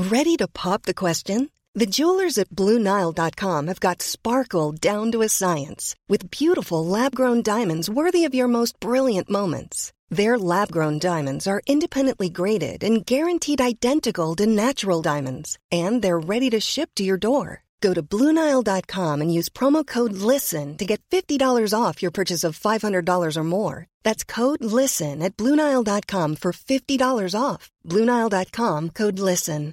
Ready to pop the question? The jewelers at BlueNile.com have got sparkle down to a science with beautiful lab-grown diamonds worthy of your most brilliant moments. Their lab-grown diamonds are independently graded and guaranteed identical to natural diamonds, and they're ready to ship to your door. Go to BlueNile.com and use promo code LISTEN to get $50 off your purchase of $500 or more. That's code LISTEN at BlueNile.com for $50 off. BlueNile.com, code LISTEN.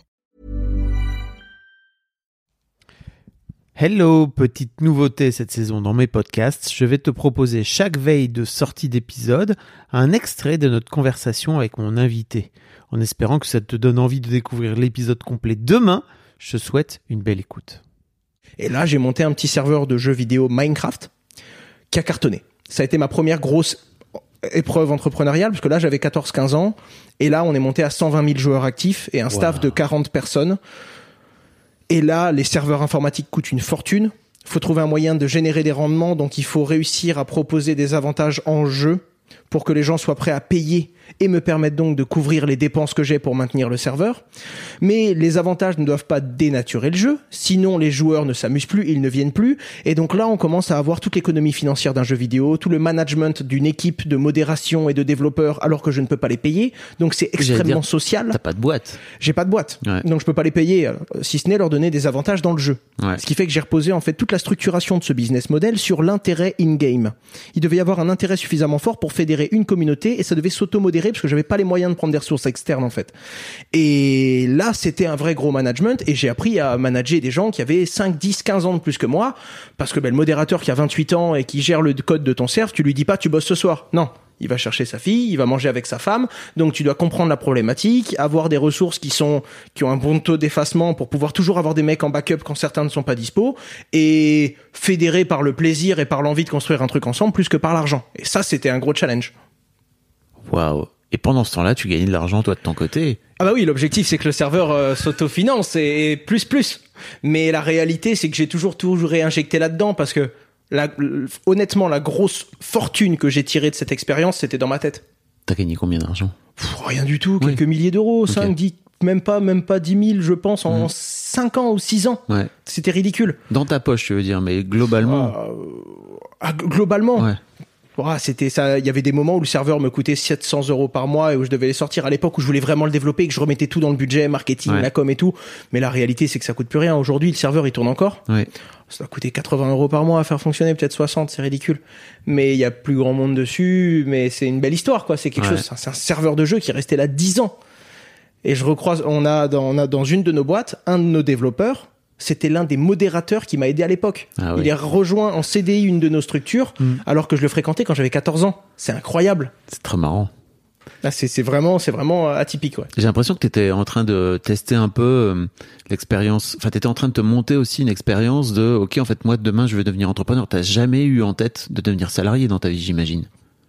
Hello, petite nouveauté cette saison dans mes podcasts, je vais te proposer chaque veille de sortie d'épisode un extrait de notre conversation avec mon invité. En espérant que ça te donne envie de découvrir l'épisode complet demain, je te souhaite une belle écoute. Et là, j'ai monté un petit serveur de jeux vidéo Minecraft qui a cartonné. Ça a été ma première grosse épreuve entrepreneuriale, parce que là, j'avais 14-15 ans. Et là, on est monté à 120 000 joueurs actifs et un staff de 40 personnes. Et là, les serveurs informatiques coûtent une fortune. Il faut trouver un moyen de générer des rendements. Donc, il faut réussir à proposer des avantages en jeu pour que les gens soient prêts à payer et me permettent donc de couvrir les dépenses que j'ai pour maintenir le serveur. Mais les avantages ne doivent pas dénaturer le jeu, sinon les joueurs ne s'amusent plus, ils ne viennent plus. Et donc là, on commence à avoir toute l'économie financière d'un jeu vidéo, tout le management d'une équipe de modération et de développeurs alors que je ne peux pas les payer. Donc c'est extrêmement social. T'as pas de boîte. J'ai pas de boîte. Ouais. Donc je peux pas les payer, si ce n'est leur donner des avantages dans le jeu. Ouais. Ce qui fait que j'ai reposé en fait toute la structuration de ce business model sur l'intérêt in-game. Il devait y avoir un intérêt suffisamment fort pour fédérer une communauté et ça devait s'auto-modérer parce que j'avais pas les moyens de prendre des ressources externes en fait. Et là, c'était un vrai gros management et j'ai appris à manager des gens qui avaient 5, 10, 15 ans de plus que moi parce que le modérateur qui a 28 ans et qui gère le code de ton serve, tu lui dis pas tu bosses ce soir. Non. Il va chercher sa fille, il va manger avec sa femme, donc tu dois comprendre la problématique, avoir des ressources qui ont un bon taux d'effacement pour pouvoir toujours avoir des mecs en backup quand certains ne sont pas dispo, et fédérer par le plaisir et par l'envie de construire un truc ensemble plus que par l'argent. Et ça, c'était un gros challenge. Waouh. Et pendant ce temps-là, tu gagnais de l'argent, toi, de ton côté. Ah bah oui, l'objectif, c'est que le serveur s'autofinance et plus. Mais la réalité, c'est que j'ai toujours réinjecté là-dedans parce que, honnêtement, la grosse fortune que j'ai tirée de cette expérience, c'était dans ma tête. T'as gagné combien d'argent ? Rien du tout, quelques milliers d'euros, 5, 10, même pas 10 000, je pense, en 5 ans ou 6 ans. Ouais. C'était ridicule. Dans ta poche, tu veux dire, mais globalement. Globalement. Ouais. C'était ça. Il y avait des moments où le serveur me coûtait 700 € par mois et où je devais les sortir à l'époque où je voulais vraiment le développer et que je remettais tout dans le budget, marketing, la com et tout. Mais la réalité, c'est que ça coûte plus rien. Aujourd'hui, le serveur, il tourne encore. Ouais. Ça a coûté 80 € par mois à faire fonctionner, peut-être 60, c'est ridicule. Mais il y a plus grand monde dessus, mais c'est une belle histoire, quoi. C'est quelque chose, c'est un serveur de jeu qui est resté là 10 ans. Et je recroise, on a dans une de nos boîtes, un de nos développeurs, c'était l'un des modérateurs qui m'a aidé à l'époque. Ah oui. Il est rejoint en CDI une de nos structures, alors que je le fréquentais quand j'avais 14 ans. C'est incroyable. C'est très marrant. Là, c'est vraiment atypique, ouais. J'ai l'impression que t'étais en train de tester un peu l'expérience. Enfin, t'étais en train de te monter aussi une expérience de, ok, en fait, moi, demain, je vais devenir entrepreneur. T'as jamais eu en tête de devenir salarié dans ta vie, j'imagine.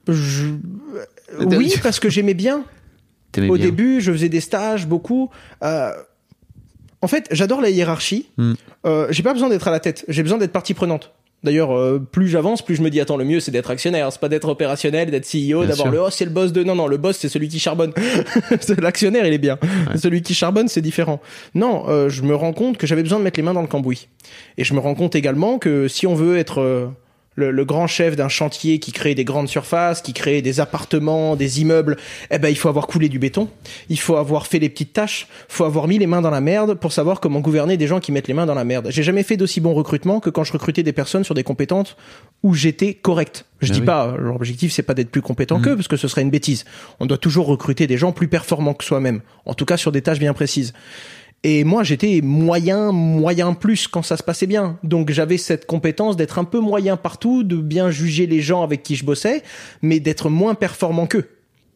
Oui, parce que j'aimais bien. Au début, je faisais des stages, beaucoup. En fait, j'adore la hiérarchie. J'ai pas besoin d'être à la tête. J'ai besoin d'être partie prenante. D'ailleurs, plus j'avance, plus je me dis, attends, le mieux, c'est d'être actionnaire. C'est pas d'être opérationnel, d'être CEO, bien d'avoir c'est le boss de... Non, le boss, c'est celui qui charbonne. L'actionnaire, il est bien. Ouais. Celui qui charbonne, c'est différent. Non, je me rends compte que j'avais besoin de mettre les mains dans le cambouis. Et je me rends compte également que si on veut être... Le grand chef d'un chantier qui crée des grandes surfaces, qui crée des appartements, des immeubles, il faut avoir coulé du béton, il faut avoir fait les petites tâches, il faut avoir mis les mains dans la merde pour savoir comment gouverner des gens qui mettent les mains dans la merde. J'ai jamais fait d'aussi bon recrutement que quand je recrutais des personnes sur des compétences où j'étais correct. Je dis pas, l'objectif c'est pas d'être plus compétent qu'eux, parce que ce serait une bêtise. On doit toujours recruter des gens plus performants que soi-même, en tout cas sur des tâches bien précises. Et moi, j'étais moyen plus quand ça se passait bien. Donc, j'avais cette compétence d'être un peu moyen partout, de bien juger les gens avec qui je bossais, mais d'être moins performant qu'eux.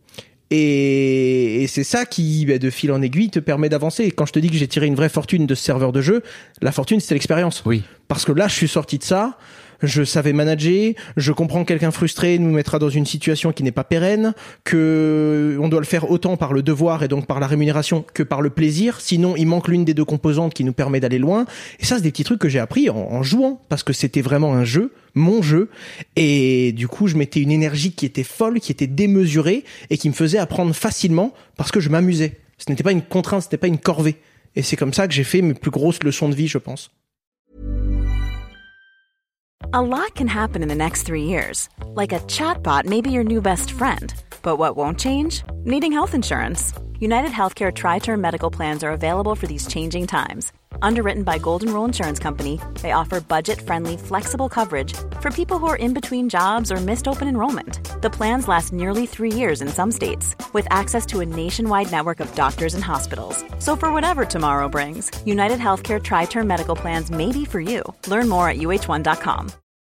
Et c'est ça qui, de fil en aiguille, te permet d'avancer. Quand je te dis que j'ai tiré une vraie fortune de ce serveur de jeu, la fortune, c'était l'expérience. Oui. Parce que là, je suis sorti de ça. Je savais manager, je comprends que quelqu'un frustré nous mettra dans une situation qui n'est pas pérenne, que on doit le faire autant par le devoir et donc par la rémunération que par le plaisir, sinon il manque l'une des deux composantes qui nous permet d'aller loin. Et ça, c'est des petits trucs que j'ai appris en jouant, parce que c'était vraiment un jeu, mon jeu, et du coup je mettais une énergie qui était folle, qui était démesurée et qui me faisait apprendre facilement parce que je m'amusais. Ce n'était pas une contrainte, ce n'était pas une corvée. Et c'est comme ça que j'ai fait mes plus grosses leçons de vie, je pense. A lot can happen in the next 3 years. Like a chatbot may be your new best friend. But what won't change? Needing health insurance. United Healthcare Tri-Term Medical Plans are available for these changing times. Underwritten by Golden Rule Insurance Company, they offer budget-friendly, flexible coverage for people who are in between jobs or missed open enrollment. The plans last nearly 3 years in some states, with access to a nationwide network of doctors and hospitals. So for whatever tomorrow brings, United Healthcare Tri-Term Medical Plans may be for you. Learn more at uh1.com.